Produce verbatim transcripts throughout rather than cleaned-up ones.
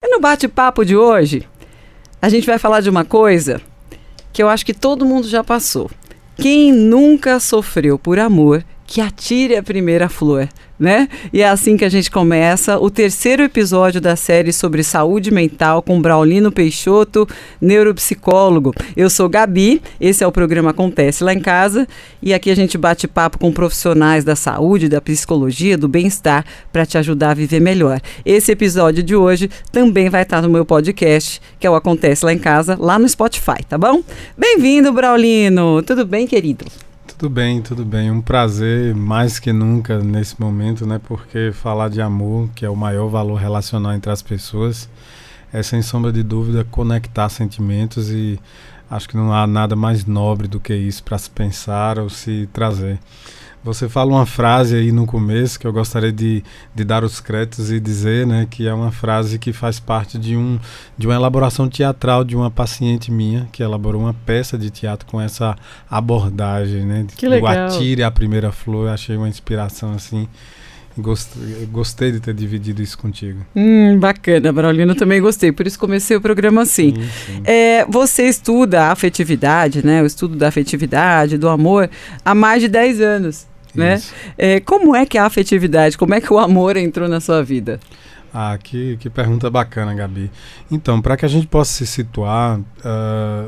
no bate-papo de hoje, a gente vai falar de uma coisa que eu acho que todo mundo já passou. Quem nunca sofreu por amor, que atire a primeira flor, né? E é assim que a gente começa o terceiro episódio da série sobre saúde mental com Braulino Peixoto, neuropsicólogo. Eu sou Gabi, esse é o programa Acontece Lá em Casa, e aqui a gente bate papo com profissionais da saúde, da psicologia, do bem-estar, para te ajudar a viver melhor. Esse episódio de hoje também vai estar no meu podcast, que é o Acontece Lá em Casa, lá no Spotify, tá bom? Bem-vindo, Braulino! Tudo bem, querido? Tudo bem, tudo bem. Um prazer mais que nunca nesse momento, né? Porque falar de amor, que é o maior valor relacional entre as pessoas, é sem sombra de dúvida conectar sentimentos, e acho que não há nada mais nobre do que isso para se pensar ou se trazer. Você fala uma frase aí no começo que eu gostaria de, de dar os créditos e dizer, né, que é uma frase que faz parte de, um, de uma elaboração teatral de uma paciente minha, que elaborou uma peça de teatro com essa abordagem, né, que legal. Do atire a primeira flor. Eu achei uma inspiração assim. Gostei, gostei de ter dividido isso contigo. Hum, bacana, Braulino, também gostei, por isso comecei o programa assim. Sim, sim. É, você estuda a afetividade, né, o estudo da afetividade, do amor, há mais de dez anos. Né? É, como é que a afetividade, como é que o amor entrou na sua vida? Ah, que, que pergunta bacana, Gabi. Então, para que a gente possa se situar, uh,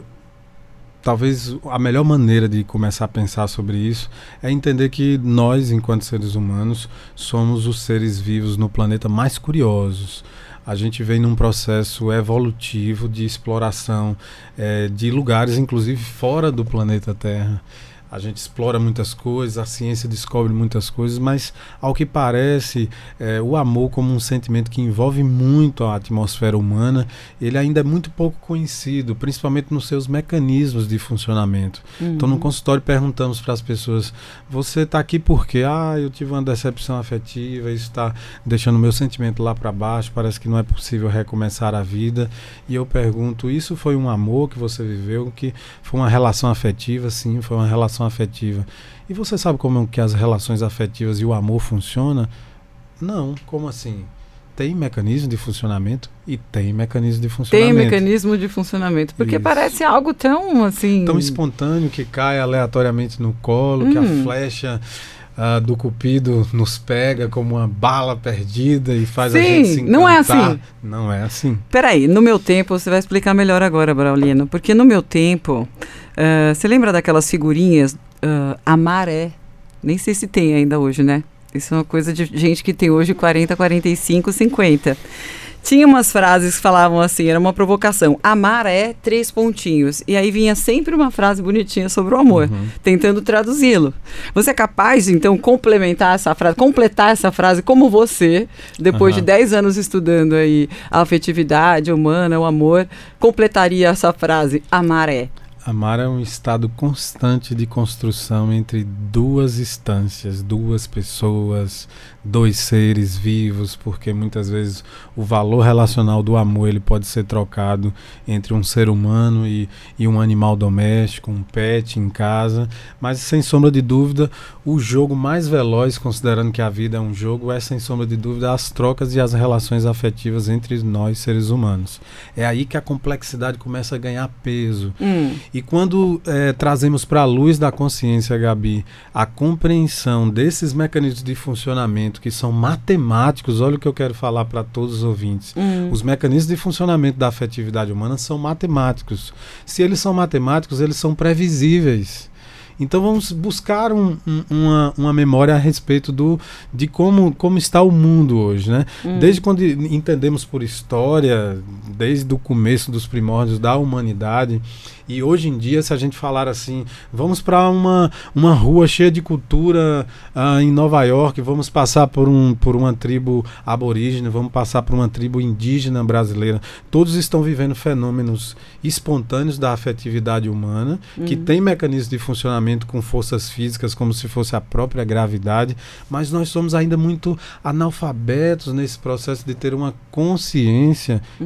talvez a melhor maneira de começar a pensar sobre isso é entender que nós, enquanto seres humanos, somos os seres vivos no planeta mais curiosos. A gente vem num processo evolutivo de exploração é, de lugares, inclusive fora do planeta Terra. A gente explora muitas coisas, a ciência descobre muitas coisas, mas, ao que parece, é, o amor como um sentimento que envolve muito a atmosfera humana, ele ainda é muito pouco conhecido, principalmente nos seus mecanismos de funcionamento. Uhum. Então, no consultório, perguntamos para as pessoas, você está aqui por quê? Ah, eu tive uma decepção afetiva, isso está deixando o meu sentimento lá para baixo, parece que não é possível recomeçar a vida. E eu pergunto, isso foi um amor que você viveu, que foi uma relação afetiva? Sim, foi uma relação afetiva. E você sabe como que as relações afetivas e o amor funcionam? Não, como assim? Tem mecanismo de funcionamento e tem mecanismo de funcionamento. Tem mecanismo de funcionamento, porque Isso. parece algo tão assim... tão espontâneo, que cai aleatoriamente no colo, hum. que a flecha uh, do cupido nos pega como uma bala perdida e faz Sim, a gente se encantar. Não é assim. Não é assim. Peraí, no meu tempo, você vai explicar melhor agora, Braulino, porque no meu tempo... Uh, você lembra daquelas figurinhas uh, Amar é? Nem sei se tem ainda hoje, né? Isso é uma coisa de gente que tem hoje quarenta, quarenta e cinco, cinquenta. Tinha umas frases que falavam assim, era uma provocação. Amar é três pontinhos. E aí vinha sempre uma frase bonitinha sobre o amor, uhum. tentando traduzi-lo. Você é capaz de, então, complementar essa frase, completar essa frase como você, depois uhum. de dez anos estudando aí a afetividade humana, o amor, completaria essa frase, amar é? Amar é um estado constante de construção entre duas instâncias, duas pessoas, dois seres vivos, porque muitas vezes o valor relacional do amor ele pode ser trocado entre um ser humano e, e um animal doméstico, um pet em casa, mas sem sombra de dúvida o jogo mais veloz, considerando que a vida é um jogo, é sem sombra de dúvida as trocas e as relações afetivas entre nós seres humanos. É aí que a complexidade começa a ganhar peso. Hum. E quando é, trazemos para a luz da consciência, Gabi, a compreensão desses mecanismos de funcionamento que são matemáticos, olha o que eu quero falar para todos os ouvintes. Hum. Os mecanismos de funcionamento da afetividade humana são matemáticos. Se eles são matemáticos, eles são previsíveis. Então vamos buscar um, um, uma, uma memória a respeito do, de como, como está o mundo hoje, né? Hum. Desde quando entendemos por história, desde o começo dos primórdios da humanidade, e hoje em dia, se a gente falar assim, vamos para uma, uma rua cheia de cultura uh, em Nova York, vamos passar por, um, por uma tribo aborígene, vamos passar por uma tribo indígena brasileira, todos estão vivendo fenômenos espontâneos da afetividade humana, hum. que tem mecanismos de funcionamento com forças físicas, como se fosse a própria gravidade, mas nós somos ainda muito analfabetos nesse processo de ter uma consciência hum. como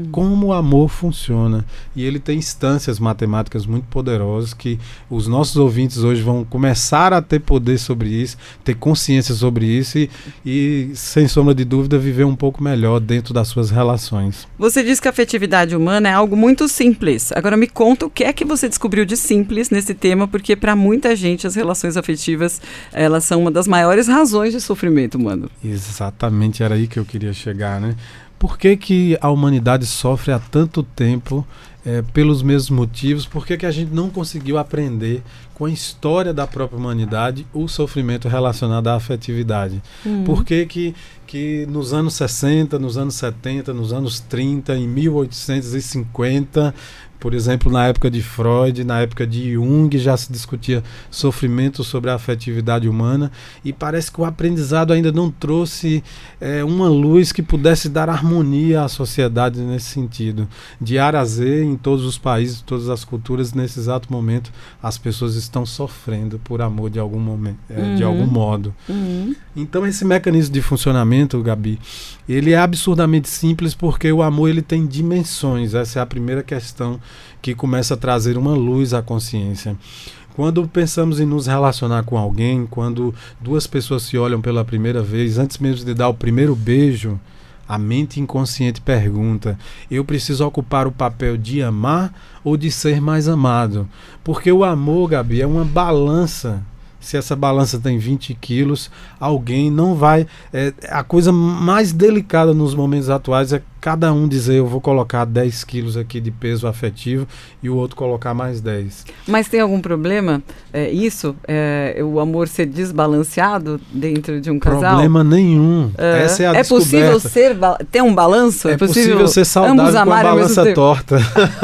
como o amor funciona. E ele tem instâncias matemáticas muito poderosas que os nossos ouvintes hoje vão começar a ter poder sobre isso, ter consciência sobre isso e, e sem sombra de dúvida, viver um pouco melhor dentro das suas relações. Você diz que a afetividade humana é algo muito simples. Agora me conta o que é que você descobriu de simples nesse tema, porque para muita gente as relações afetivas, elas são uma das maiores razões de sofrimento humano. Exatamente, era aí que eu queria chegar, né? Por que que a humanidade sofre há tanto tempo é, pelos mesmos motivos? Por que que a gente não conseguiu aprender com a história da própria humanidade o sofrimento relacionado à afetividade? Hum. Por que que, que nos anos sessenta, nos anos setenta, nos anos trinta, em mil oitocentos e cinquenta... Por exemplo, na época de Freud, na época de Jung, já se discutia sofrimento sobre a afetividade humana e parece que o aprendizado ainda não trouxe é, uma luz que pudesse dar harmonia à sociedade nesse sentido. De A a Z, em todos os países, todas as culturas, nesse exato momento, as pessoas estão sofrendo por amor de algum, momento, é, uhum. de algum modo. Uhum. Então, esse mecanismo de funcionamento, Gabi, ele é absurdamente simples porque o amor ele tem dimensões. Essa é a primeira questão que começa a trazer uma luz à consciência. Quando pensamos em nos relacionar com alguém, quando duas pessoas se olham pela primeira vez, antes mesmo de dar o primeiro beijo, a mente inconsciente pergunta: eu preciso ocupar o papel de amar ou de ser mais amado? Porque o amor, Gabi, é uma balança. Se essa balança tem vinte quilos, alguém não vai... É, a coisa mais delicada nos momentos atuais é cada um dizer: eu vou colocar dez quilos aqui de peso afetivo e o outro colocar mais dez. Mas tem algum problema, é, isso? É, o amor ser desbalanceado dentro de um casal? Problema nenhum. É, Essa é a é descoberta. Possível ser, ter um balanço? É, é possível, possível ser saudável com a balança torta.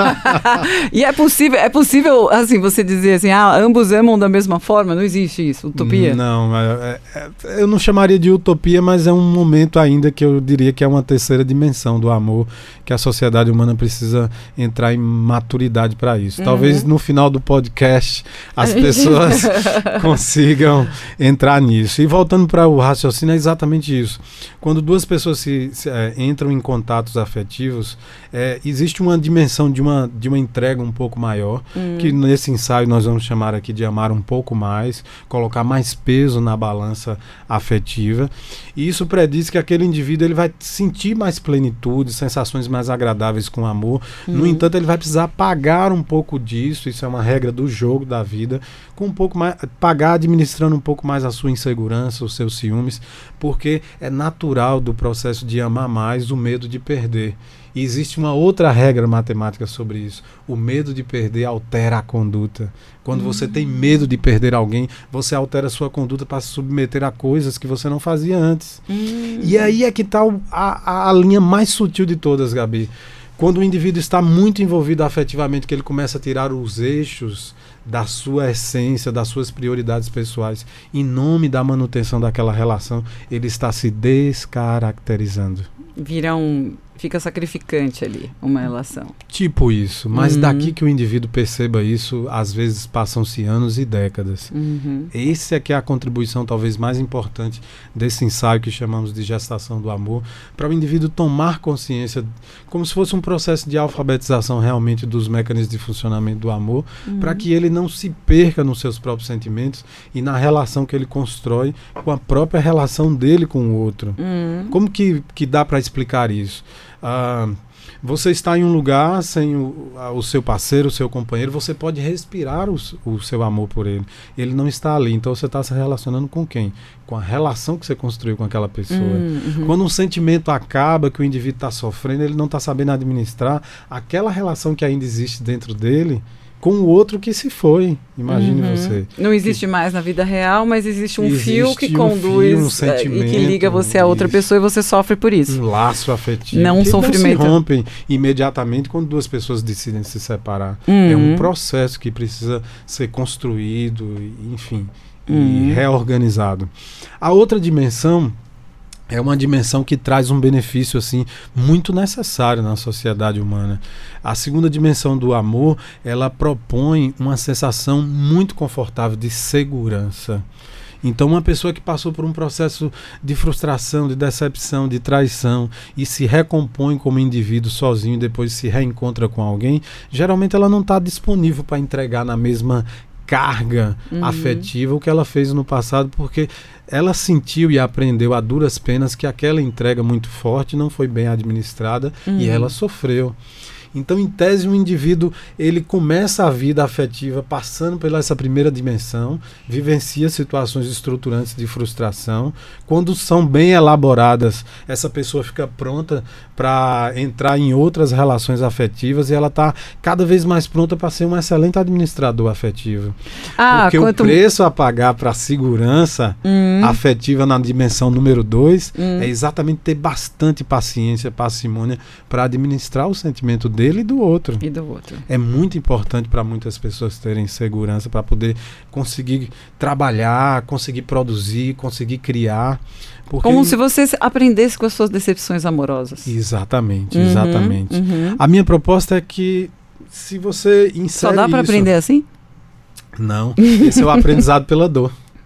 E é possível, é possível, assim, você dizer assim, ah, ambos amam da mesma forma? Não existe isso, utopia? Não, é, é, eu não chamaria de utopia, mas é um momento ainda que eu diria que é uma terceira dimensão do amor, que a sociedade humana precisa entrar em maturidade para isso. Uhum. Talvez no final do podcast as pessoas consigam entrar nisso. E voltando para o raciocínio, é exatamente isso. Quando duas pessoas se, se, é, entram em contatos afetivos, é, existe uma dimensão de uma, de uma entrega um pouco maior, uhum. que nesse ensaio nós vamos chamar aqui de amar um pouco mais, colocar mais peso na balança afetiva. E isso prediz que aquele indivíduo ele vai sentir mais plenitude, sensações mais agradáveis com o amor. Uhum. No entanto, ele vai precisar pagar um pouco disso, isso é uma regra do jogo da vida, com um pouco mais, pagar administrando um pouco mais a sua insegurança, os seus ciúmes, porque é natural do processo de amar mais o medo de perder. E existe uma outra regra matemática sobre isso. O medo de perder altera a conduta. Quando uhum. você tem medo de perder alguém, você altera a sua conduta para se submeter a coisas que você não fazia antes. Uhum. E aí é que está a, a linha mais sutil de todas, Gabi. Quando o indivíduo está muito envolvido afetivamente, que ele começa a tirar os eixos da sua essência, das suas prioridades pessoais, em nome da manutenção daquela relação, ele está se descaracterizando. Vira um... Fica sacrificante ali, uma relação. Tipo isso, mas uhum. daqui que o indivíduo perceba isso, às vezes passam-se anos e décadas. Uhum. Esse é que é a contribuição talvez mais importante desse ensaio que chamamos de gestação do amor, para o indivíduo tomar consciência, como se fosse um processo de alfabetização realmente dos mecanismos de funcionamento do amor, uhum. para que ele não se perca nos seus próprios sentimentos e na relação que ele constrói com a própria relação dele com o outro. Uhum. Como que, que dá para explicar isso? Ah, você está em um lugar sem o, o seu parceiro, o seu companheiro, você pode respirar o, o seu amor por ele. Ele não está ali, então você está se relacionando com quem? Com a relação que você construiu com aquela pessoa. Uhum. Quando um sentimento acaba, que o indivíduo está sofrendo, ele não está sabendo administrar aquela relação que ainda existe dentro dele com o outro que se foi. Imagine uhum. você. Não existe que, mais na vida real, mas existe um existe fio que um conduz fio, um e que liga você a outra isso. pessoa e você sofre por isso. Um laço afetivo. Não um sofrimento. Não se rompem imediatamente quando duas pessoas decidem se separar. Uhum. É um processo que precisa ser construído, enfim, uhum. e reorganizado. A outra dimensão é uma dimensão que traz um benefício assim, muito necessário na sociedade humana. A segunda dimensão do amor, ela propõe uma sensação muito confortável de segurança. Então, uma pessoa que passou por um processo de frustração, de decepção, de traição e se recompõe como indivíduo sozinho e depois se reencontra com alguém, geralmente ela não está disponível para entregar na mesma carga uhum. afetiva o que ela fez no passado, porque ela sentiu e aprendeu a duras penas que aquela entrega muito forte não foi bem administrada uhum. e ela sofreu. Então, em tese, um indivíduo, ele começa a vida afetiva passando pela essa primeira dimensão, vivencia situações estruturantes de frustração. Quando são bem elaboradas, essa pessoa fica pronta para entrar em outras relações afetivas e ela está cada vez mais pronta para ser um excelente administrador afetivo. Ah, Porque quanto... o preço a pagar para a segurança hum. afetiva na dimensão número dois hum. é exatamente ter bastante paciência, parcimônia para administrar o sentimento dele dele e do outro. E do outro. É muito importante para muitas pessoas terem segurança para poder conseguir trabalhar, conseguir produzir, conseguir criar. Porque... Como se você aprendesse com as suas decepções amorosas. Exatamente, uhum, exatamente. Uhum. A minha proposta é que se você insere Só dá para aprender assim? Não, esse é o aprendizado pela dor.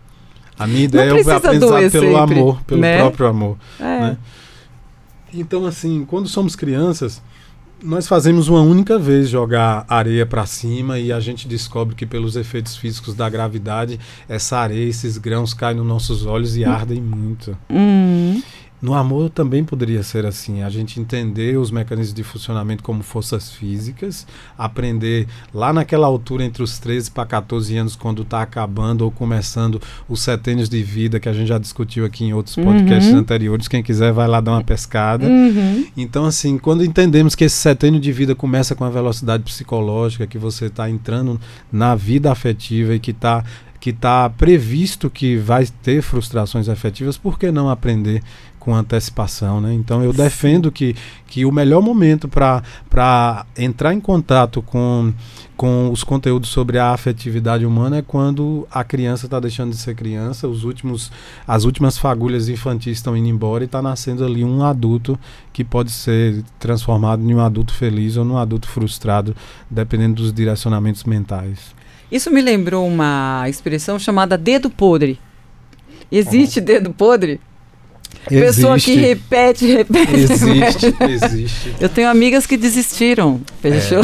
A minha ideia é o aprendizado pelo sempre, amor, pelo né? próprio amor. É. Né? Então, assim, quando somos crianças, nós fazemos uma única vez jogar areia para cima e a gente descobre que pelos efeitos físicos da gravidade, essa areia, esses grãos caem nos nossos olhos e ardem muito. Uhum. No amor também poderia ser assim, a gente entender os mecanismos de funcionamento como forças físicas, aprender lá naquela altura entre os treze para quatorze anos, quando está acabando ou começando os setênios de vida, que a gente já discutiu aqui em outros podcasts uhum. anteriores, quem quiser vai lá dar uma pescada. Uhum. Então, assim, quando entendemos que esse setênio de vida começa com a velocidade psicológica, que você está entrando na vida afetiva e que está que está previsto que vai ter frustrações afetivas, por que não aprender com antecipação, né? Então eu defendo que, que o melhor momento para entrar em contato com, com os conteúdos sobre a afetividade humana é quando a criança está deixando de ser criança, os últimos, as últimas fagulhas infantis estão indo embora e está nascendo ali um adulto que pode ser transformado em um adulto feliz ou num adulto frustrado, dependendo dos direcionamentos mentais. Isso me lembrou uma expressão chamada dedo podre. Existe oh. dedo podre? Existe. Pessoa que repete, repete. Existe, existe. Eu tenho amigas que desistiram. Fechou?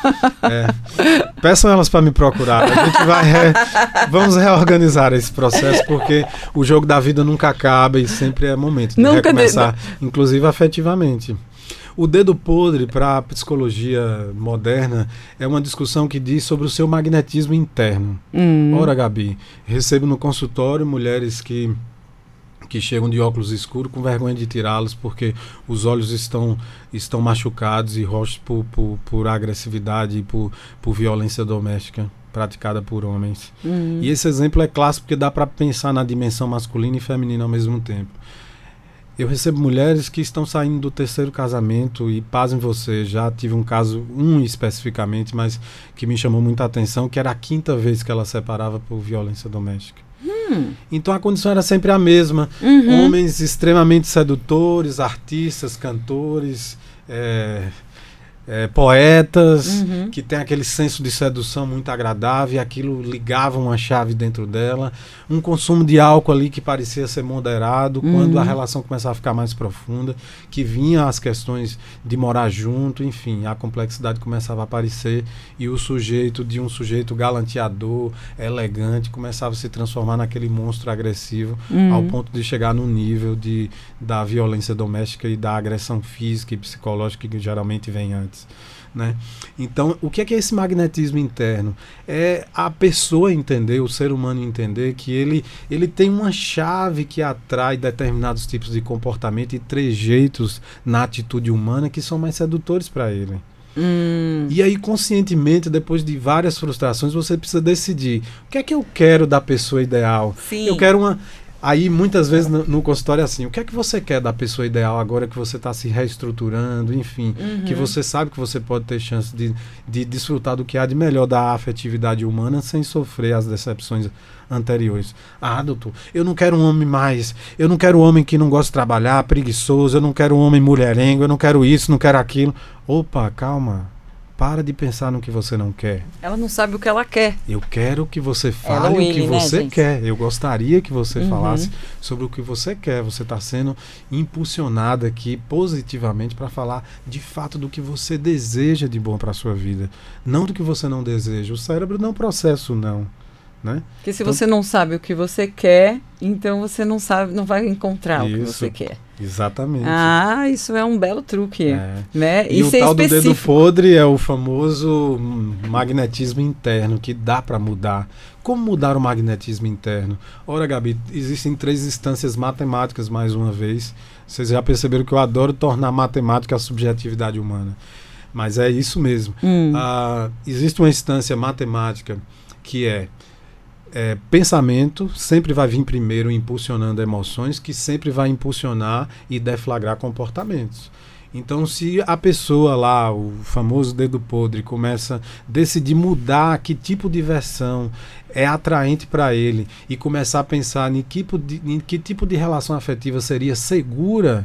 É. É. Peçam elas para me procurar. A gente vai re... Vamos reorganizar esse processo, porque o jogo da vida nunca acaba e sempre é momento de nunca recomeçar, de... inclusive afetivamente. O dedo podre para a psicologia moderna é uma discussão que diz sobre o seu magnetismo interno. Hum. Ora, Gabi, recebo no consultório mulheres que, que chegam de óculos escuros com vergonha de tirá-los porque os olhos estão, estão machucados e roxos por, por, por agressividade e por, por violência doméstica praticada por homens. Hum. E esse exemplo é clássico porque dá para pensar na dimensão masculina e feminina ao mesmo tempo. Eu recebo mulheres que estão saindo do terceiro casamento e, pasmem você, já tive um caso, um especificamente, mas que me chamou muita atenção, que era a quinta vez que ela separava por violência doméstica. Hum. Então a condição era sempre a mesma. Uhum. Homens extremamente sedutores, artistas, cantores, é, é, poetas, uhum. que tem aquele senso de sedução muito agradável e aquilo ligava uma chave dentro dela. Um consumo de álcool ali que parecia ser moderado, uhum. quando a relação começava a ficar mais profunda, que vinha as questões de morar junto, enfim, a complexidade começava a aparecer e o sujeito, de um sujeito galanteador, elegante, começava a se transformar naquele monstro agressivo, uhum. ao ponto de chegar no nível de, da violência doméstica e da agressão física e psicológica que geralmente vem antes. Né? Então, o que é, que é esse magnetismo interno? É a pessoa entender, o ser humano entender que ele, ele tem uma chave que atrai determinados tipos de comportamento e trejeitos na atitude humana que são mais sedutores para ele. Hum. E aí, conscientemente, depois de várias frustrações, você precisa decidir o que é que eu quero da pessoa ideal. Sim. Eu quero uma... Aí, muitas vezes, no, no consultório é assim, o que é que você quer da pessoa ideal agora que você está se reestruturando, enfim, uhum. que você sabe que você pode ter chance de, de desfrutar do que há de melhor da afetividade humana sem sofrer as decepções anteriores. Ah, doutor, eu não quero um homem mais, eu não quero um homem que não gosta de trabalhar, preguiçoso, eu não quero um homem mulherengo, eu não quero isso, não quero aquilo. Opa, calma. para de pensar no que você não quer. Ela não sabe o que ela quer. Eu quero que você fale o que você né, quer. Eu gostaria que você uhum. falasse sobre o que você quer. Você está sendo impulsionada aqui positivamente para falar de fato do que você deseja de bom para a sua vida. Não do que você não deseja. O cérebro não processa o não. Né? Porque se então, você não sabe o que você quer, então você não sabe, não vai encontrar isso, o que você quer. Exatamente. Ah, isso é um belo truque. É. Né? E isso o é tal específico. do dedo podre é o famoso magnetismo interno, que dá para mudar. Como mudar o magnetismo interno? Ora, Gabi, existem três instâncias matemáticas, mais uma vez. Vocês já perceberam que eu adoro tornar matemática a subjetividade humana. Mas é isso mesmo. Hum. Ah, existe uma instância matemática que é É, pensamento sempre vai vir primeiro impulsionando emoções, que sempre vai impulsionar e deflagrar comportamentos. Então, se a pessoa lá, o famoso dedo podre, começa a decidir mudar que tipo de versão é atraente para ele e começar a pensar em que, em que tipo de relação afetiva seria segura,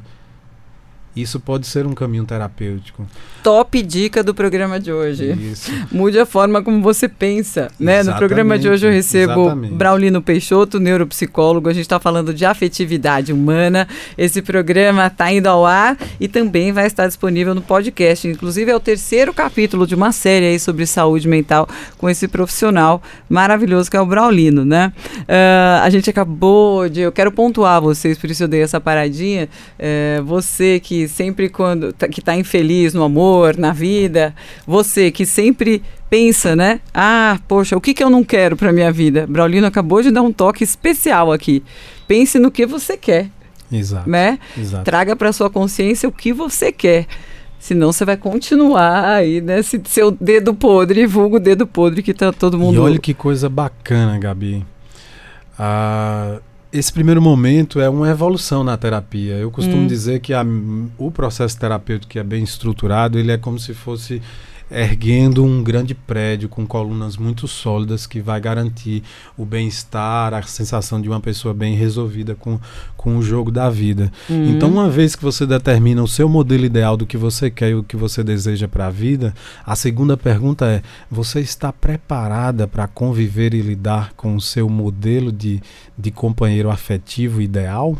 isso pode ser um caminho terapêutico. Top dica do programa de hoje. Isso. Mude a forma como você pensa. Né? No programa de hoje eu recebo exatamente. Braulino Peixoto, neuropsicólogo. A gente está falando de afetividade humana. Esse programa está indo ao ar e também vai estar disponível no podcast. Inclusive é o terceiro capítulo de uma série aí sobre saúde mental com esse profissional maravilhoso que é o Braulino. Né? Uh, a gente acabou de... Eu quero pontuar vocês, por isso eu dei essa paradinha. Uh, você que sempre quando tá, que está infeliz no amor, na vida, você que sempre pensa, né? Ah, poxa, o que, que eu não quero para minha vida? Braulino acabou de dar um toque especial aqui. Pense no que você quer. Exato. Né? Exato. Traga para sua consciência o que você quer. Senão você vai continuar aí, né? Se, seu dedo podre, vulgo dedo podre que tá todo mundo... E olha que coisa bacana, Gabi. Ah... Esse primeiro momento é uma evolução na terapia. Eu costumo hum. dizer que a, o processo terapêutico que é bem estruturado, ele é como se fosse erguendo um grande prédio com colunas muito sólidas que vai garantir o bem-estar, a sensação de uma pessoa bem resolvida com, com o jogo da vida. Uhum. Então, uma vez que você determina o seu modelo ideal do que você quer e o que você deseja para a vida, a segunda pergunta é, você está preparada para conviver e lidar com o seu modelo de, de companheiro afetivo ideal?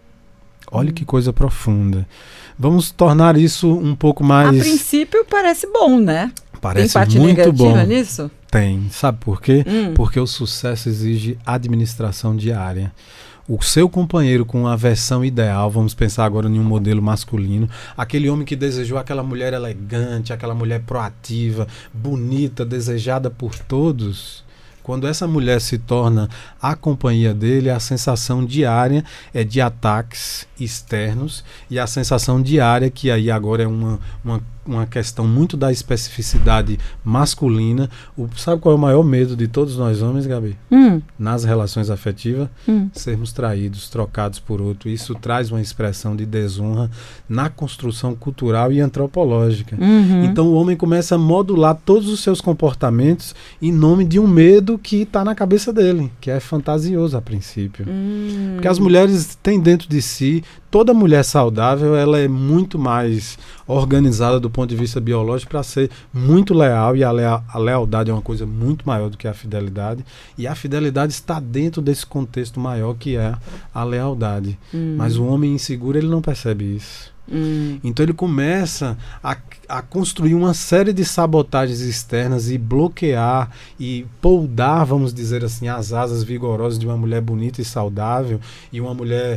Olha que coisa profunda. Vamos tornar isso um pouco mais... A princípio parece bom, né? Parece Tem parte muito negativa bom. nisso? Tem. Sabe por quê? Hum. Porque o sucesso exige administração diária. O seu companheiro com a versão ideal, vamos pensar agora em um modelo masculino, aquele homem que desejou aquela mulher elegante, aquela mulher proativa, bonita, desejada por todos... Quando essa mulher se torna a companhia dele, a sensação diária é de ataques externos e a sensação diária, que aí agora é uma, uma, uma questão muito da especificidade masculina. O, sabe qual é o maior medo de todos nós homens, Gabi? Hum. Nas relações afetivas? Hum. Sermos traídos, trocados por outro. Isso traz uma expressão de desonra na construção cultural e antropológica. Uhum. Então o homem começa a modular todos os seus comportamentos em nome de um medo que está na cabeça dele, que é fantasioso a princípio. Hum. Porque as mulheres têm dentro de si, toda mulher saudável, ela é muito mais organizada do ponto de vista biológico para ser muito leal, e a, lea a lealdade é uma coisa muito maior do que a fidelidade, e a fidelidade está dentro desse contexto maior que é a lealdade. Hum. Mas o homem inseguro, ele não percebe isso. Hum. Então ele começa a, a construir uma série de sabotagens externas e bloquear e poldar, vamos dizer assim, as asas vigorosas de uma mulher bonita e saudável e uma mulher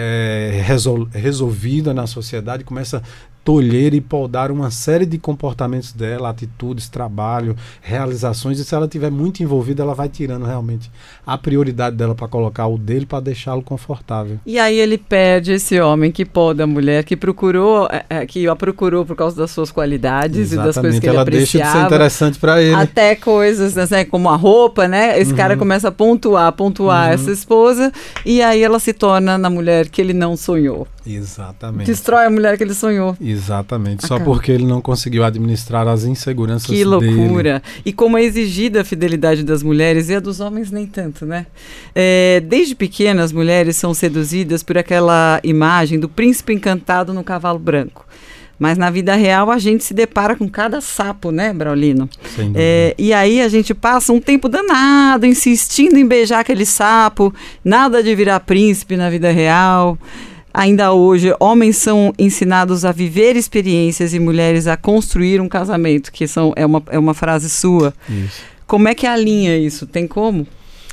é, resol, resolvida na sociedade. Começa a tolher e poldar uma série de comportamentos dela, atitudes, trabalho, realizações, e se ela estiver muito envolvida, ela vai tirando realmente a prioridade dela para colocar o dele para deixá-lo confortável. E aí ele perde esse homem que poda a mulher, que procurou, é, que a procurou por causa das suas qualidades. Exatamente. E das coisas que ele ela apreciava. Deixa de ser interessante para ele. Até coisas, né, como a roupa, né? Esse uhum. cara começa a pontuar, pontuar uhum. essa esposa, e aí ela se torna na mulher que ele não sonhou. Exatamente. Destrói a mulher que ele sonhou. Exatamente. Acaba. Só porque ele não conseguiu administrar as inseguranças dele. Que loucura. Dele. E como é exigida a fidelidade das mulheres, e a dos homens nem tanto, né? É, desde pequenas, as mulheres são seduzidas por aquela imagem do príncipe encantado no cavalo branco. Mas na vida real a gente se depara com cada sapo, né, Braulino? Sem dúvida. É, e aí a gente passa um tempo danado insistindo em beijar aquele sapo, nada de virar príncipe na vida real. Ainda hoje, homens são ensinados a viver experiências e mulheres a construir um casamento, que são, é, uma, é uma frase sua. Isso. Como é que alinha isso? Tem como?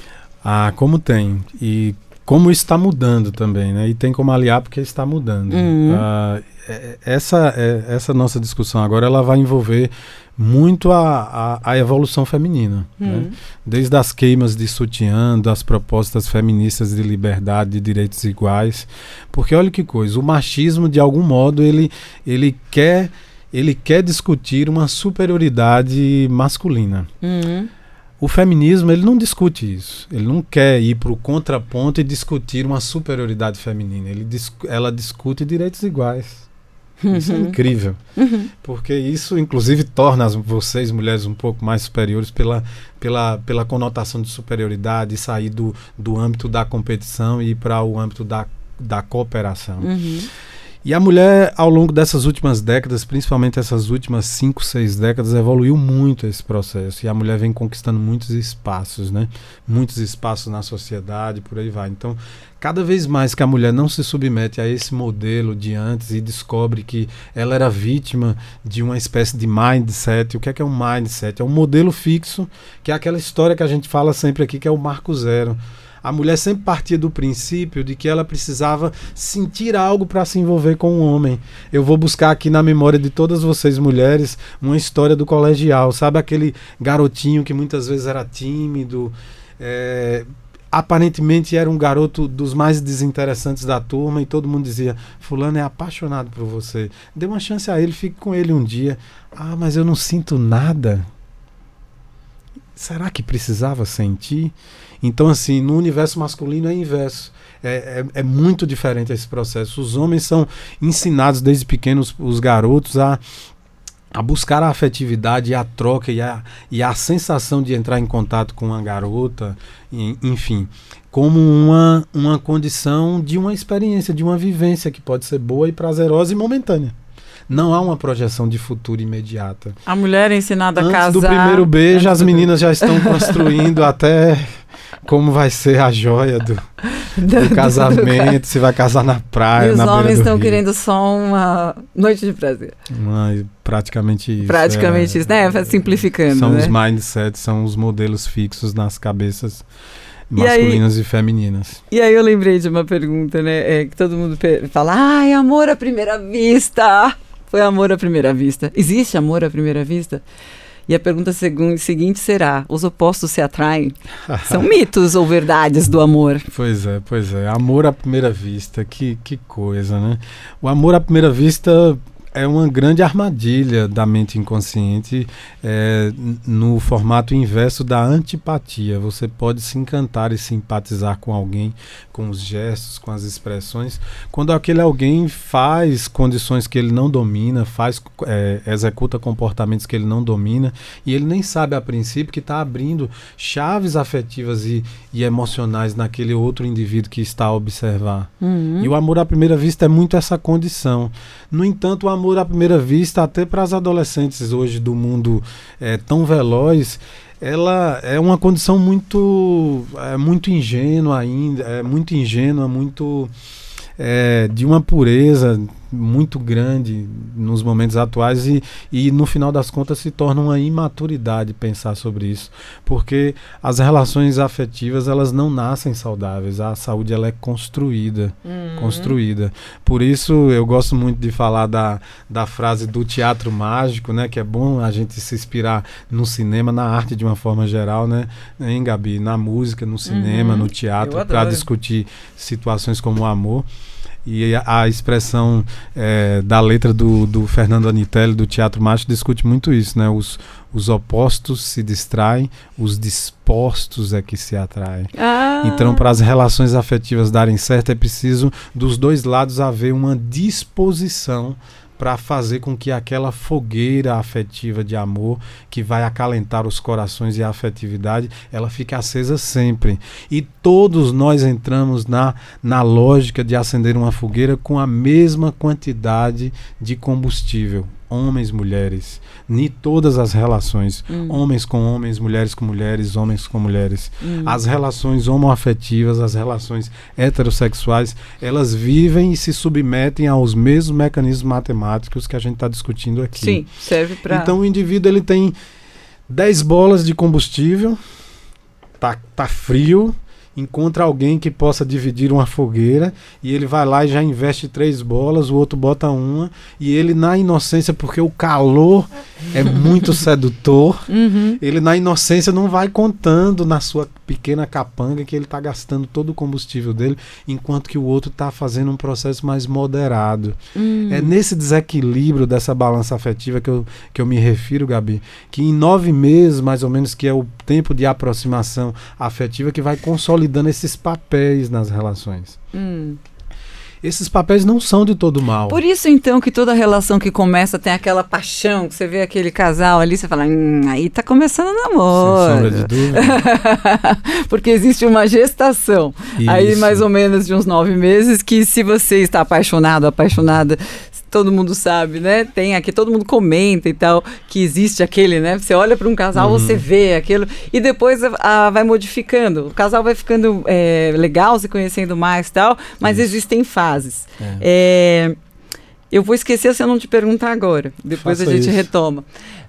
Ah, como tem. E como está mudando também, né? E tem como aliar porque está mudando. Uhum. Ah, essa, essa nossa discussão agora ela vai envolver muito a, a, a evolução feminina. Uhum. Né? Desde as queimas de sutiã, das propostas feministas de liberdade, de direitos iguais. Porque olha que coisa, o machismo, de algum modo, ele, ele, quer, ele quer discutir uma superioridade masculina. Uhum. O feminismo, ele não discute isso. Ele não quer ir para o contraponto e discutir uma superioridade feminina. Ele dis- ela discute direitos iguais. Uhum. Isso é incrível. Uhum. Porque isso, inclusive, torna as, vocês, mulheres, um pouco mais superiores pela, pela, pela conotação de superioridade, sair do, do âmbito da competição e ir para o âmbito da, da cooperação. Uhum. E a mulher, ao longo dessas últimas décadas, principalmente essas últimas cinco, seis décadas, evoluiu muito esse processo. E a mulher vem conquistando muitos espaços, né? Muitos espaços na sociedade, por aí vai. Então, cada vez mais que a mulher não se submete a esse modelo de antes e descobre que ela era vítima de uma espécie de mindset. O que é que é um mindset? É um modelo fixo, que é aquela história que a gente fala sempre aqui, que é o marco zero. A mulher sempre partia do princípio de que ela precisava sentir algo para se envolver com um homem. Eu vou buscar aqui na memória de todas vocês mulheres uma história do colegial. Sabe aquele garotinho que muitas vezes era tímido, é, aparentemente era um garoto dos mais desinteressantes da turma e todo mundo dizia, fulano é apaixonado por você. Dê uma chance a ele, fique com ele um dia. Ah, mas eu não sinto nada. Será que precisava sentir? Então, assim, no universo masculino é inverso. É, é, é muito diferente esse processo. Os homens são ensinados desde pequenos, os garotos, a, a buscar a afetividade, a troca e a, e a sensação de entrar em contato com uma garota, e, enfim, como uma, uma condição de uma experiência, de uma vivência que pode ser boa e prazerosa e momentânea. Não há uma projeção de futuro imediata. A mulher é ensinada Antes a casar... Antes do primeiro beijo, as meninas já estão construindo até como vai ser a joia do, do casamento, se vai casar na praia, e na beira do rio. os homens estão querendo só uma noite de prazer. Uma, praticamente isso. Praticamente é, isso, né? Simplificando, São né? os mindsets, são os modelos fixos nas cabeças masculinas e, aí, e femininas. E aí eu lembrei de uma pergunta, né? É, que todo mundo fala, ai, amor à primeira vista... Foi amor à primeira vista. Existe amor à primeira vista? E a pergunta segu- seguinte será, os opostos se atraem? São mitos ou verdades do amor? Pois é, pois é. Amor à primeira vista, que, que coisa, né? O amor à primeira vista é uma grande armadilha da mente inconsciente, é, no formato inverso da antipatia. Você pode se encantar e simpatizar com alguém, com os gestos, com as expressões, quando aquele alguém faz condições que ele não domina, faz, é, executa comportamentos que ele não domina, e ele nem sabe a princípio que está abrindo chaves afetivas e, e emocionais naquele outro indivíduo que está a observar. Uhum. E o amor à primeira vista é muito essa condição. No entanto, o amor à primeira vista, até para as adolescentes hoje do mundo é, tão veloz, ela é uma condição muito, é, muito ingênua ainda, é muito ingênua, muito é, de uma pureza muito grande nos momentos atuais e, e no final das contas se torna uma imaturidade pensar sobre isso, porque as relações afetivas elas não nascem saudáveis, a saúde ela é construída, uhum. construída. Por isso eu gosto muito de falar da, da frase do teatro mágico, né, que é bom a gente se inspirar no cinema, na arte de uma forma geral, né, hein, Gabi? Na música, no cinema, uhum. no teatro, para discutir situações como o amor. E a, a expressão é, da letra do, do Fernando Anitelli, do Teatro Mágico, discute muito isso, né? Os, os opostos se distraem, os dispostos é que se atraem. Ah. Então, para as relações afetivas darem certo, é preciso dos dois lados haver uma disposição para fazer com que aquela fogueira afetiva de amor, que vai acalentar os corações e a afetividade, ela fique acesa sempre. E todos nós entramos na, na lógica de acender uma fogueira com a mesma quantidade de combustível. Homens, mulheres, em todas as relações, hum. homens com homens, mulheres com mulheres, homens com mulheres. Hum. As relações homoafetivas, as relações heterossexuais, elas vivem e se submetem aos mesmos mecanismos matemáticos que a gente está discutindo aqui. Sim, serve para... Então o indivíduo ele tem dez bolas de combustível, tá, tá frio, encontra alguém que possa dividir uma fogueira e ele vai lá e já investe três bolas, o outro bota uma e ele na inocência, porque o calor é muito sedutor, uhum. ele na inocência não vai contando na sua pequena capanga que ele está gastando todo o combustível dele, enquanto que o outro está fazendo um processo mais moderado. Uhum. É nesse desequilíbrio dessa balança afetiva que eu, que eu me refiro, Gabi, que em nove meses, mais ou menos, que é o tempo de aproximação afetiva, que vai consolidando esses papéis nas relações. Hum. Esses papéis não são de todo mal. Por isso, então, que toda relação que começa tem aquela paixão, que você vê aquele casal ali, você fala, hum, aí tá começando o namoro. Sem sombra de dúvida. Porque existe uma gestação, isso. Aí mais ou menos de uns nove meses, que se você está apaixonado, apaixonada, todo mundo sabe, né? Tem aqui, todo mundo comenta e tal, que existe aquele, né? Você olha para um casal, uhum. você vê aquilo, e depois a, a, vai modificando. O casal vai ficando é, legal, se conhecendo mais e tal, mas isso. Existem fases. É. É, eu vou esquecer se eu não te perguntar agora, depois Faça a gente isso. retoma.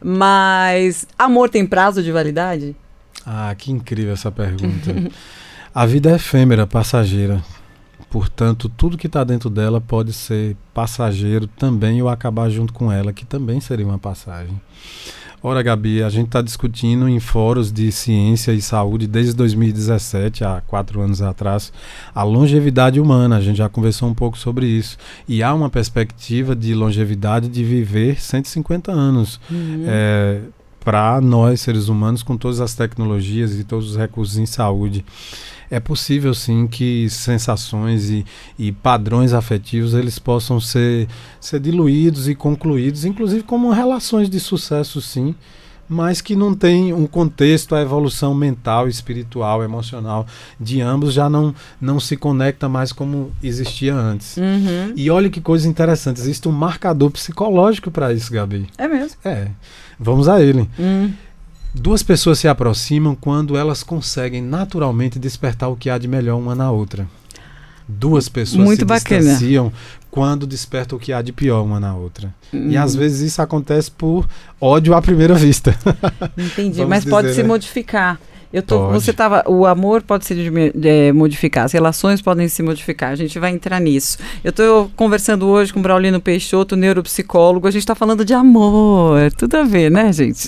Mas amor tem prazo de validade? Ah, que incrível essa pergunta. A vida é efêmera, passageira. Portanto, tudo que está dentro dela pode ser passageiro também ou acabar junto com ela, que também seria uma passagem. Ora, Gabi, a gente está discutindo em fóruns de ciência e saúde desde dois mil e dezessete, há quatro anos atrás, a longevidade humana. A gente já conversou um pouco sobre isso. E há uma perspectiva de longevidade de viver cento e cinquenta anos. Uhum. É, para nós, seres humanos, com todas as tecnologias e todos os recursos em saúde. É possível, sim, que sensações e, e padrões afetivos eles possam ser, ser diluídos e concluídos, inclusive como relações de sucesso, sim, mas que não tem um contexto, a evolução mental, espiritual, emocional de ambos já não, não se conecta mais como existia antes. Uhum. E olha que coisa interessante, existe um marcador psicológico para isso, Gabi. É mesmo? É. Vamos a ele. Hum. Duas pessoas se aproximam quando elas conseguem naturalmente despertar o que há de melhor uma na outra. Duas pessoas Muito se bacana. distanciam quando despertam o que há de pior uma na outra. Hum. E às vezes isso acontece por ódio à primeira vista. Entendi, mas pode dizer, se né? modificar. Eu tô, você tava, o amor pode se é, modificar, as relações podem se modificar, a gente vai entrar nisso. Eu estou conversando hoje com o Braulino Peixoto, neuropsicólogo, a gente está falando de amor, tudo a ver, né, gente?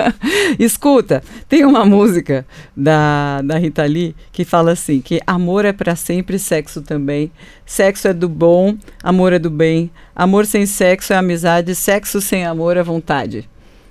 Escuta, tem uma música da, da Rita Lee que fala assim, que amor é para sempre, sexo também, sexo é do bom, amor é do bem, amor sem sexo é amizade, sexo sem amor é vontade.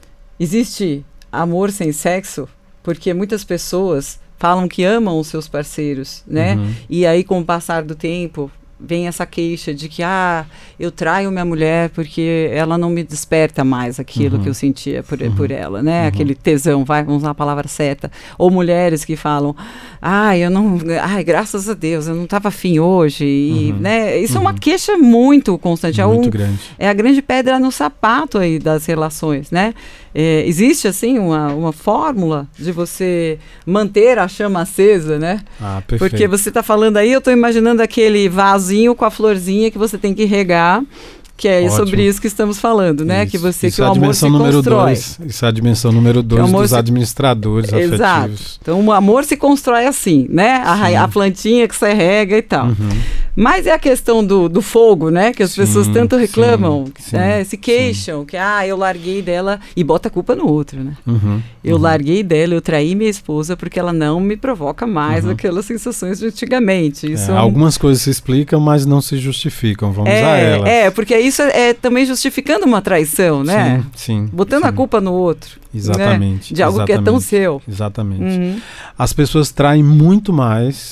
Existe amor sem sexo? Porque muitas pessoas falam que amam os seus parceiros, né? Uhum. E aí, com o passar do tempo, vem essa queixa de que, ah, eu traio minha mulher porque ela não me desperta mais aquilo uhum. que eu sentia por, uhum. por ela, né? Uhum. Aquele tesão, vai, vamos usar a palavra certa. Ou mulheres que falam, ah, eu não, ai, graças a Deus, eu não estava afim hoje, e, uhum. né? Isso uhum. é uma queixa muito constante. Muito é, um, grande. É a grande pedra no sapato aí das relações, né? É, existe, assim, uma, uma fórmula de você manter a chama acesa, né? Ah, perfeito. Porque você está falando aí, eu estou imaginando aquele vasinho com a florzinha que você tem que regar, que é Ótimo. Sobre isso que estamos falando, né? Isso. Que você, isso que o amor se constrói. Dois, isso é a dimensão número dois dos se... administradores afetivos. Exato. Então, o amor se constrói assim, né? A, a plantinha que você rega e tal. Uhum. Mas é a questão do, do fogo, né? Que as sim, pessoas tanto reclamam, sim, né? Se queixam, sim. que ah, eu larguei dela e bota a culpa no outro, né? Uhum, eu uhum. larguei dela, eu traí minha esposa porque ela não me provoca mais uhum. aquelas sensações de antigamente. Isso é, é um... Algumas coisas se explicam, mas não se justificam. Vamos é, a elas. É, porque isso é, é também justificando uma traição, né? Sim, sim. Botando sim. a culpa no outro. Exatamente. Né? De algo exatamente, que é tão seu. Exatamente. Uhum. As pessoas traem muito mais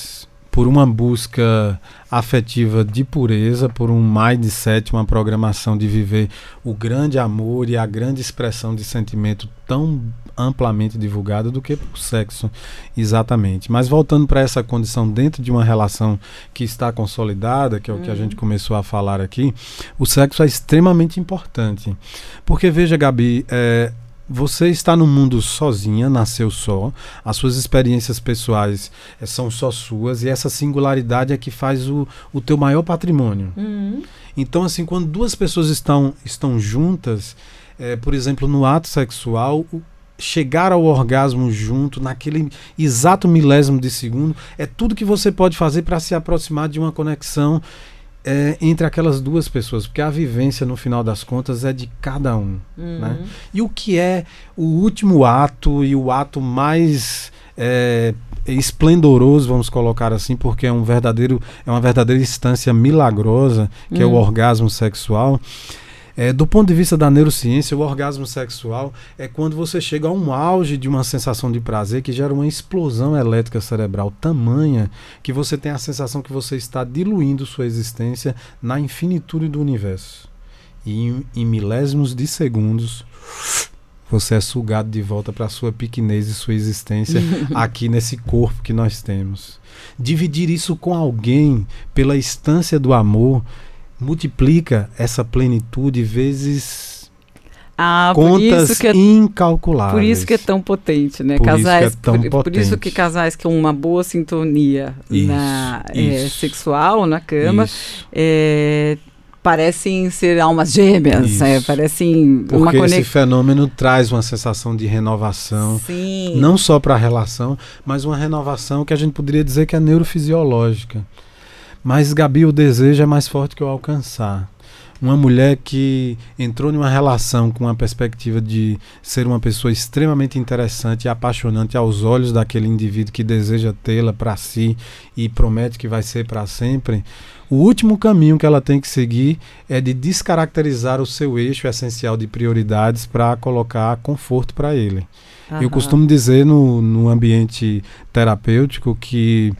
por uma busca afetiva de pureza, por um mindset, uma programação de viver o grande amor e a grande expressão de sentimento tão amplamente divulgada do que por sexo, exatamente. Mas voltando para essa condição dentro de uma relação que está consolidada, que é o uhum. que a gente começou a falar aqui, o sexo é extremamente importante. Porque, veja, Gabi, é, você está no mundo sozinha, nasceu só, as suas experiências pessoais é, são só suas, e essa singularidade é que faz o, o teu maior patrimônio. Uhum. Então, assim, quando duas pessoas estão, estão juntas, é, por exemplo, no ato sexual, o, chegar ao orgasmo junto, naquele exato milésimo de segundo, é tudo que você pode fazer para se aproximar de uma conexão é, entre aquelas duas pessoas, porque a vivência, no final das contas, é de cada um. Uhum. Né? E o que é o último ato e o ato mais é, esplendoroso, vamos colocar assim, porque é, um verdadeiro, é uma verdadeira instância milagrosa, que uhum. é o orgasmo sexual. É, do ponto de vista da neurociência, o orgasmo sexual é quando você chega a um auge de uma sensação de prazer que gera uma explosão elétrica cerebral tamanha que você tem a sensação que você está diluindo sua existência na infinitude do universo. E em, em milésimos de segundos, você é sugado de volta para a sua pequenez e sua existência aqui nesse corpo que nós temos. Dividir isso com alguém pela instância do amor multiplica essa plenitude vezes ah, contas que é, incalculáveis. Por isso que é tão potente, né? Por casais, isso que é tão por, potente. Por isso que casais com uma boa sintonia isso, na, isso. É, sexual, na cama, é, parecem ser almas gêmeas, é, parecem Porque uma conex... esse fenômeno traz uma sensação de renovação, Sim. não só para a relação, mas uma renovação que a gente poderia dizer que é neurofisiológica. Mas, Gabi, o desejo é mais forte que o alcançar. Uma mulher que entrou numa relação com a perspectiva de ser uma pessoa extremamente interessante e apaixonante aos olhos daquele indivíduo que deseja tê-la para si e promete que vai ser para sempre, o último caminho que ela tem que seguir é de descaracterizar o seu eixo essencial de prioridades para colocar conforto para ele. Uhum. Eu costumo dizer no, no ambiente terapêutico que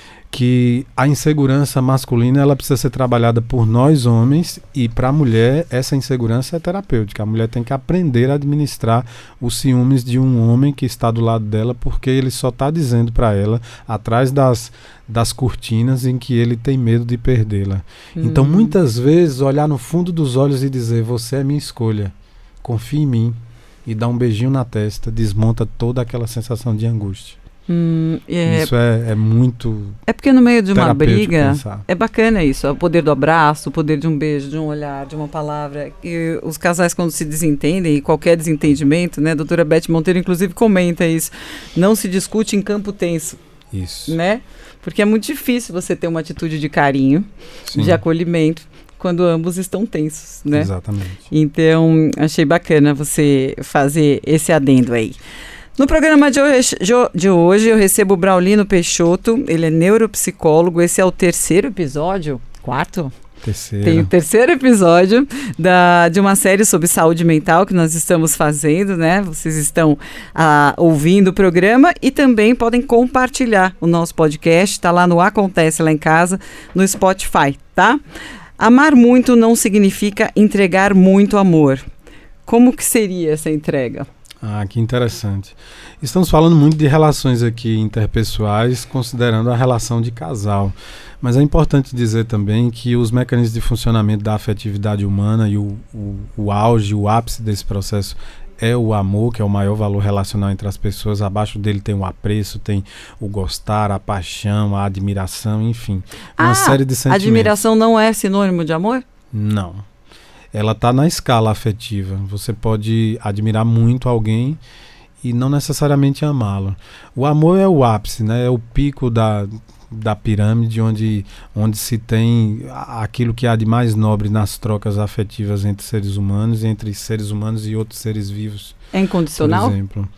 que a insegurança masculina ela precisa ser trabalhada por nós homens, e para a mulher essa insegurança é terapêutica. A mulher tem que aprender a administrar os ciúmes de um homem que está do lado dela, porque ele só está dizendo para ela, atrás das, das cortinas, em que ele tem medo de perdê-la. Hum. Então muitas vezes olhar no fundo dos olhos e dizer: você é minha escolha, confie em mim, e dar um beijinho na testa, desmonta toda aquela sensação de angústia. Hum, é, isso é, é muito É porque no meio de uma briga pensar. É bacana isso, o poder do abraço, o poder de um beijo, de um olhar, de uma palavra. E os casais, quando se desentendem, e qualquer desentendimento, né, a doutora Beth Monteiro inclusive comenta isso, não se discute em campo tenso. Isso. Né? Porque é muito difícil você ter uma atitude de carinho, Sim. de acolhimento, quando ambos estão tensos, né? Exatamente. Então, achei bacana você fazer esse adendo aí. No programa de hoje, de hoje eu recebo o Braulino Peixoto, ele é neuropsicólogo, esse é o terceiro episódio, quarto? Terceiro. Tem o terceiro episódio da, de uma série sobre saúde mental que nós estamos fazendo, né? Vocês estão ah, ouvindo o programa e também podem compartilhar o nosso podcast, está lá no Acontece Lá em Casa, no Spotify, tá? Amar muito não significa entregar muito amor. Como que seria essa entrega? Ah, que interessante. Estamos falando muito de relações aqui interpessoais, considerando a relação de casal. Mas é importante dizer também que os mecanismos de funcionamento da afetividade humana e o, o, o auge, o ápice desse processo é o amor, que é o maior valor relacional entre as pessoas. Abaixo dele tem o apreço, tem o gostar, a paixão, a admiração, enfim. Uma ah, série de sentimentos. Admiração não é sinônimo de amor? Não. Ela está na escala afetiva. Você pode admirar muito alguém e não necessariamente amá-lo. O amor é o ápice, né? É o pico da, da pirâmide, onde, onde se tem aquilo que há de mais nobre nas trocas afetivas entre seres humanos, entre seres humanos e outros seres vivos. É incondicional? Por exemplo.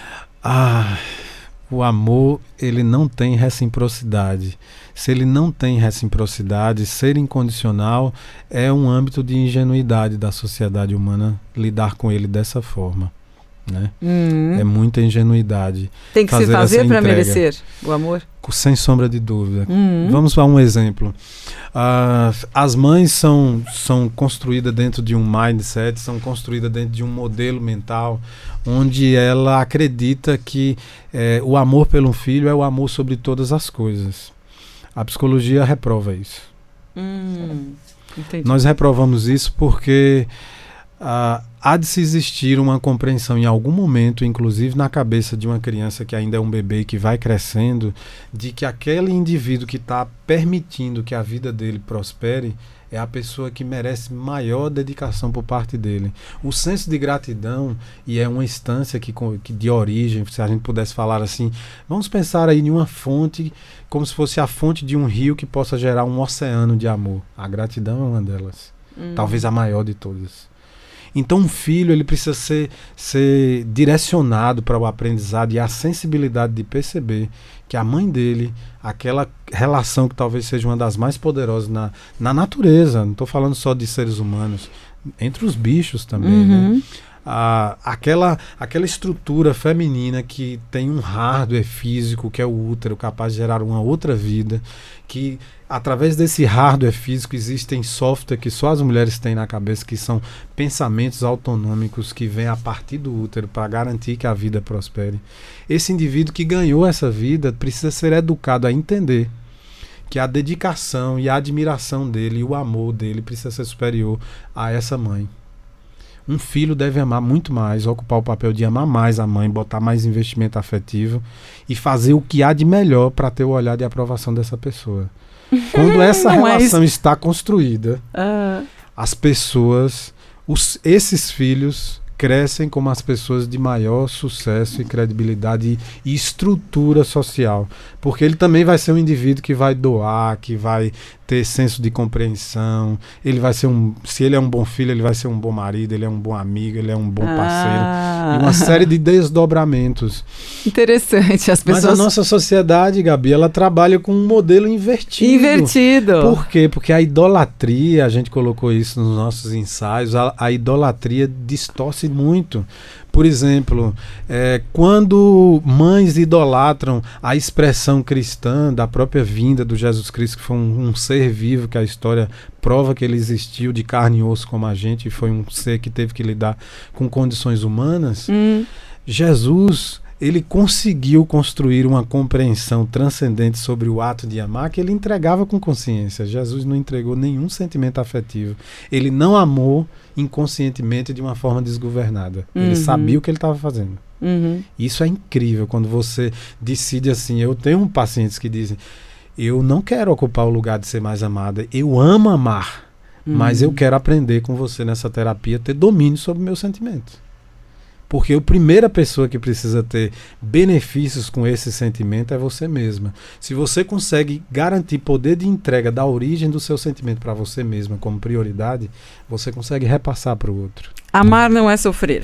Ah, o amor, ele não tem reciprocidade. Se ele não tem reciprocidade, ser incondicional é um âmbito de ingenuidade da sociedade humana lidar com ele dessa forma, né? Uhum. É muita ingenuidade. Tem que fazer se fazer para merecer o amor? sem sombra de dúvida. Uhum. Vamos para um exemplo. Uh, as mães são, são construídas dentro de um mindset, são construídas dentro de um modelo mental, onde ela acredita que eh, o amor pelo filho é o amor sobre todas as coisas. A psicologia reprova isso. Hum, entendi. Nós reprovamos isso porque uh, há de se existir uma compreensão em algum momento, inclusive na cabeça de uma criança que ainda é um bebê e que vai crescendo, de que aquele indivíduo que está permitindo que a vida dele prospere é a pessoa que merece maior dedicação por parte dele. O senso de gratidão, e é uma instância que, que de origem, se a gente pudesse falar assim, vamos pensar aí em uma fonte, como se fosse a fonte de um rio que possa gerar um oceano de amor. A gratidão é uma delas. Hum. Talvez a maior de todas. Então um filho ele precisa ser, ser direcionado para o aprendizado e a sensibilidade de perceber que a mãe dele, aquela relação que talvez seja uma das mais poderosas na, na natureza, não estou falando só de seres humanos, entre os bichos também, uhum. né? Ah, aquela, aquela estrutura feminina que tem um hardware físico, que é o útero, capaz de gerar uma outra vida, que através desse hardware físico existem software que só as mulheres têm na cabeça, que são pensamentos autonômicos que vêm a partir do útero para garantir que a vida prospere. Esse indivíduo que ganhou essa vida precisa ser educado a entender que a dedicação e a admiração dele e o amor dele precisa ser superior a essa mãe. Um filho deve amar muito mais, ocupar o papel de amar mais a mãe, botar mais investimento afetivo e fazer o que há de melhor para ter o olhar de aprovação dessa pessoa. Quando essa relação é está construída, uh. as pessoas, os, esses filhos crescem como as pessoas de maior sucesso e credibilidade e, e estrutura social. Porque ele também vai ser um indivíduo que vai doar, que vai ter senso de compreensão, ele vai ser um, se ele é um bom filho, ele vai ser um bom marido, ele é um bom amigo, ele é um bom parceiro, ah. e uma série de desdobramentos. Interessante, as pessoas... Mas a nossa sociedade, Gabi, ela trabalha com um modelo invertido. Invertido. Por quê? Porque a idolatria, a gente colocou isso nos nossos ensaios, a, a idolatria distorce muito. Por exemplo, é, quando mães idolatram a expressão cristã da própria vinda do Jesus Cristo, que foi um, um ser vivo, que a história prova que ele existiu de carne e osso como a gente, e foi um ser que teve que lidar com condições humanas, hum. Jesus... ele conseguiu construir uma compreensão transcendente sobre o ato de amar que ele entregava com consciência. Jesus não entregou nenhum sentimento afetivo. Ele não amou inconscientemente de uma forma desgovernada. Uhum. Ele sabia o que ele estava fazendo. Uhum. Isso é incrível quando você decide assim. Eu tenho pacientes que dizem, eu não quero ocupar o lugar de ser mais amada, eu amo amar, uhum. mas eu quero aprender com você nessa terapia, ter domínio sobre o meu sentimento. Porque a primeira pessoa que precisa ter benefícios com esse sentimento é você mesma. Se você consegue garantir poder de entrega da origem do seu sentimento para você mesma como prioridade, você consegue repassar para o outro. Amar não é sofrer,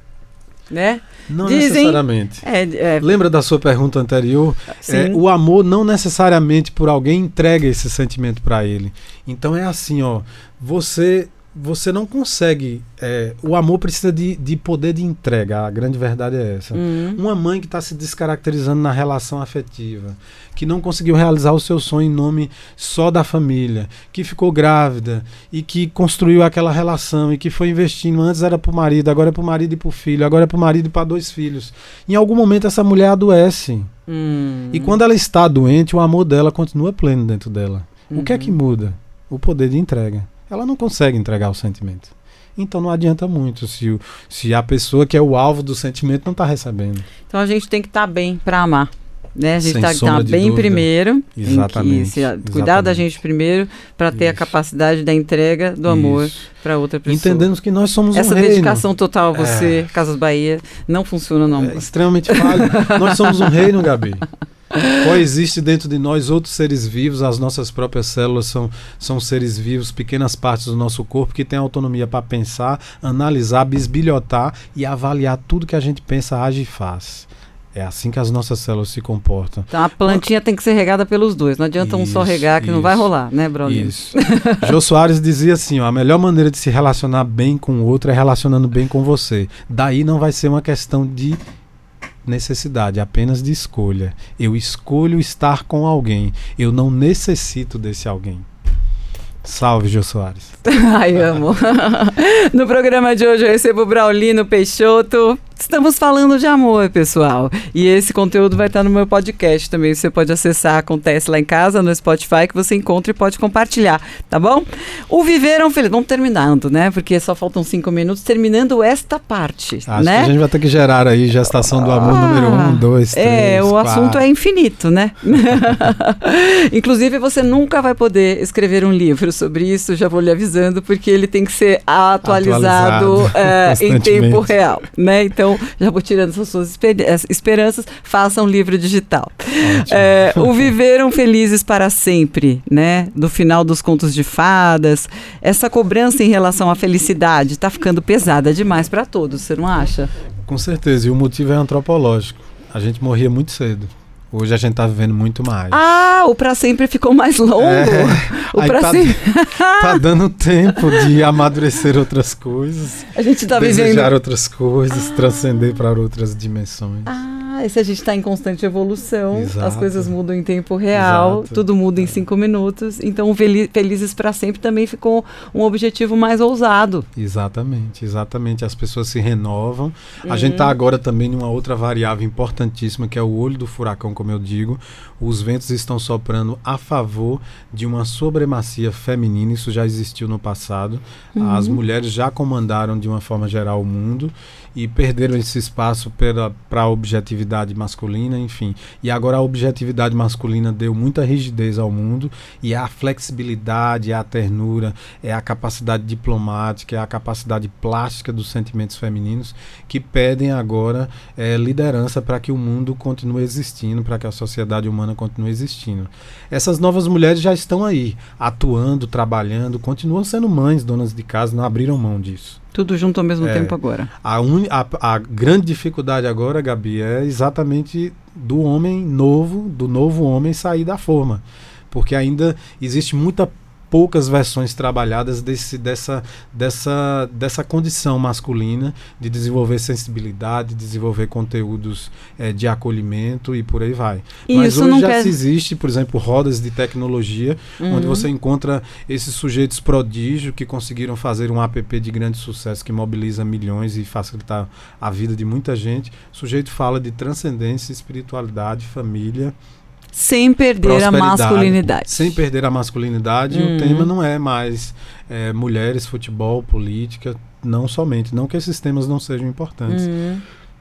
né? Não Dizem, necessariamente. É, é, Lembra da sua pergunta anterior? É, o amor não necessariamente por alguém entrega esse sentimento para ele. Então é assim, ó, você... Você não consegue... É, o amor precisa de, de poder de entrega. A grande verdade é essa. Uhum. Uma mãe que está se descaracterizando na relação afetiva, que não conseguiu realizar o seu sonho em nome só da família, que ficou grávida e que construiu aquela relação e que foi investindo. Antes era para o marido, agora é para o marido e para o filho, agora é para o marido e para dois filhos. Em algum momento essa mulher adoece. Uhum. E quando ela está doente, o amor dela continua pleno dentro dela. Uhum. O que é que muda? O poder de entrega. Ela não consegue entregar o sentimento. Então não adianta muito se, o, se a pessoa que é o alvo do sentimento não está recebendo. Então a gente tem que estar tá bem para amar. Né? A gente tem que estar tá bem dúvida. primeiro. Exatamente. Se, cuidar da gente primeiro para ter Isso. a capacidade da entrega do amor para outra pessoa. Entendemos que nós somos Essa um reino. Essa dedicação total a você, é. Casas Bahia, não funciona no amor. É extremamente falho. Nós somos um reino, Gabi. Coexiste dentro de nós outros seres vivos, as nossas próprias células são, são seres vivos, pequenas partes do nosso corpo que têm autonomia para pensar, analisar, bisbilhotar e avaliar tudo que a gente pensa, age e faz. É assim que as nossas células se comportam. Então a plantinha tem que ser regada pelos dois, não adianta isso, um só regar que isso, não vai rolar, né, Braulio? Isso. Jô Soares dizia assim, ó, a melhor maneira de se relacionar bem com o outro é relacionando bem com você. Daí não vai ser uma questão de necessidade, apenas de escolha. Eu escolho estar com alguém. Eu não necessito desse alguém. Salve, Jô Soares. Ai, amo. No programa de hoje eu recebo o Braulino Peixoto. Estamos falando de amor, pessoal. E esse conteúdo vai estar no meu podcast também. Você pode acessar, acontece lá em casa, no Spotify, que você encontra e pode compartilhar, tá bom? O Viveram Felizes. Vamos terminando, né? Porque só faltam cinco minutos. Terminando esta parte, Acho né? que a gente vai ter que gerar aí gestação do amor ah, número um, dois, três, É, o quatro. assunto é infinito, né? Inclusive, você nunca vai poder escrever um livro sobre isso, já vou lhe avisando, porque ele tem que ser atualizado, atualizado é, em tempo real, né? Então, já vou tirando essas suas esperanças, faça um livro digital. É, o Viveram Felizes para Sempre, né? Do final dos contos de fadas, essa cobrança em relação à felicidade está ficando pesada demais para todos, você não acha? Com certeza, e o motivo é antropológico. A gente morria muito cedo. Hoje a gente tá vivendo muito mais. Ah, o pra sempre ficou mais longo. É, o pra tá, sempre... tá dando tempo de amadurecer outras coisas. A gente tá desejar vivendo... outras coisas, ah. transcender para outras dimensões. Ah, e se a gente está em constante evolução, Exato. As coisas mudam em tempo real, Exato. Tudo muda em cinco minutos. Então, Felizes para Sempre também ficou um objetivo mais ousado. Exatamente, exatamente. As pessoas se renovam. Uhum. A gente está agora também numa outra variável importantíssima, que é o olho do furacão, como eu digo. Os ventos estão soprando a favor de uma supremacia feminina. Isso já existiu no passado. Uhum. As mulheres já comandaram de uma forma geral o mundo e perderam esse espaço para a objetividade masculina, enfim. E agora a objetividade masculina deu muita rigidez ao mundo, e é a flexibilidade, é a ternura, é a capacidade diplomática, é a capacidade plástica dos sentimentos femininos que pedem agora é, liderança para que o mundo continue existindo, para que a sociedade humana continue existindo. Essas novas mulheres já estão aí, atuando, trabalhando, continuam sendo mães, donas de casa, não abriram mão disso. Tudo junto ao mesmo é, tempo agora. A, un, a, a grande dificuldade agora, Gabi, é exatamente do homem novo, do novo homem sair da forma. Porque ainda existe muita poucas versões trabalhadas desse, dessa, dessa, dessa condição masculina de desenvolver sensibilidade, desenvolver conteúdos é, de acolhimento e por aí vai. E Mas hoje já quer... se existe, por exemplo, rodas de tecnologia, uhum. onde você encontra esses sujeitos prodígio que conseguiram fazer um app de grande sucesso que mobiliza milhões e facilitar a vida de muita gente. O sujeito fala de transcendência, espiritualidade, família, sem perder a masculinidade. Sem perder a masculinidade. Hum. E o tema não é mais é, mulheres, futebol, política, não somente. Não que esses temas não sejam importantes. Hum.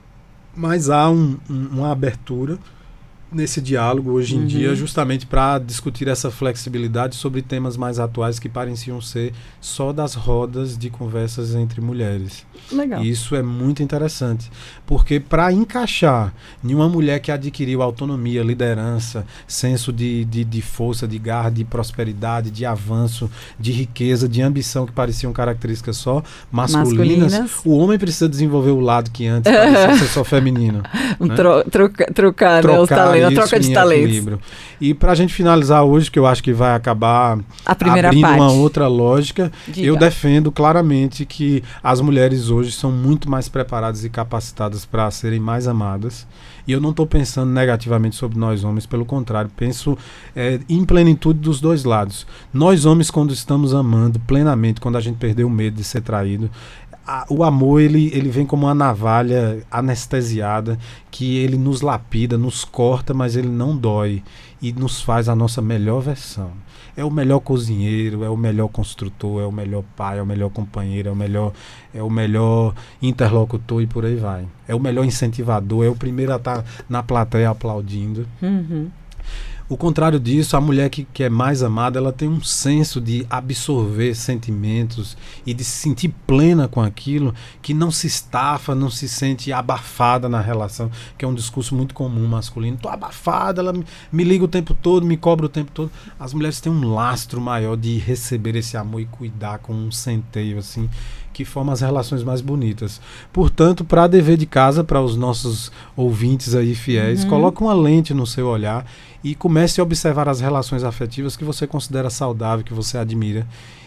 Mas há um, um, uma abertura nesse diálogo hoje em uhum. dia, justamente para discutir essa flexibilidade sobre temas mais atuais que pareciam ser só das rodas de conversas entre mulheres. Legal. E isso é muito interessante, porque para encaixar em uma mulher que adquiriu autonomia, liderança, senso de, de, de força, de garra, de prosperidade, de avanço, de riqueza, de ambição, que pareciam características só masculinas, masculinas. O homem precisa desenvolver o lado que antes parecia ser só feminino. Um né? tro, troca, trocar, trocar né, os talentos. A troca de talentos. Equilíbrio. E para a gente finalizar hoje, que eu acho que vai acabar a primeira abrindo parte. uma outra lógica, Diga. Eu defendo claramente que as mulheres hoje são muito mais preparadas e capacitadas para serem mais amadas. E eu não estou pensando negativamente sobre nós homens, pelo contrário, penso é, em plenitude dos dois lados. Nós homens, quando estamos amando plenamente, quando a gente perdeu o medo de ser traído, A, o amor ele, ele vem como uma navalha anestesiada que ele nos lapida, nos corta, mas ele não dói e nos faz a nossa melhor versão. É o melhor cozinheiro, é o melhor construtor, é o melhor pai, é o melhor companheiro, é o melhor, é o melhor interlocutor e por aí vai. É o melhor incentivador, é o primeiro a estar na plateia aplaudindo. Uhum. O contrário disso, a mulher que, que é mais amada, ela tem um senso de absorver sentimentos e de se sentir plena com aquilo, que não se estafa, não se sente abafada na relação, que é um discurso muito comum masculino. Tô abafada, ela me, me liga o tempo todo, me cobra o tempo todo. As mulheres têm um lastro maior de receber esse amor e cuidar com um centeio, assim, que forma as relações mais bonitas. Portanto, para dever de casa, para os nossos ouvintes aí fiéis, uhum. coloque uma lente no seu olhar e comece a observar as relações afetivas que você considera saudável, que você admira,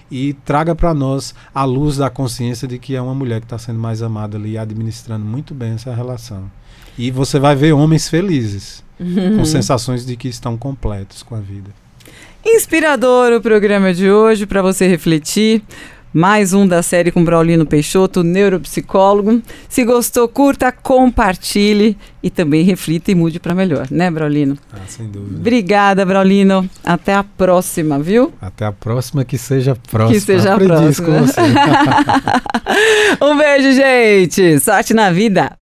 e traga para nós a luz da consciência de que é uma mulher que está sendo mais amada ali, administrando muito bem essa relação. E você vai ver homens felizes, uhum. com sensações de que estão completos com a vida. Inspirador o programa de hoje para você refletir. Mais um da série com Braulino Peixoto, neuropsicólogo. Se gostou, curta, compartilhe e também reflita e mude para melhor, né, Braulino? Ah, sem dúvida. Obrigada, Braulino. Até a próxima, viu? Até a próxima, que seja a próxima. Que seja a próxima. Com você. Um beijo, gente. Sorte na vida.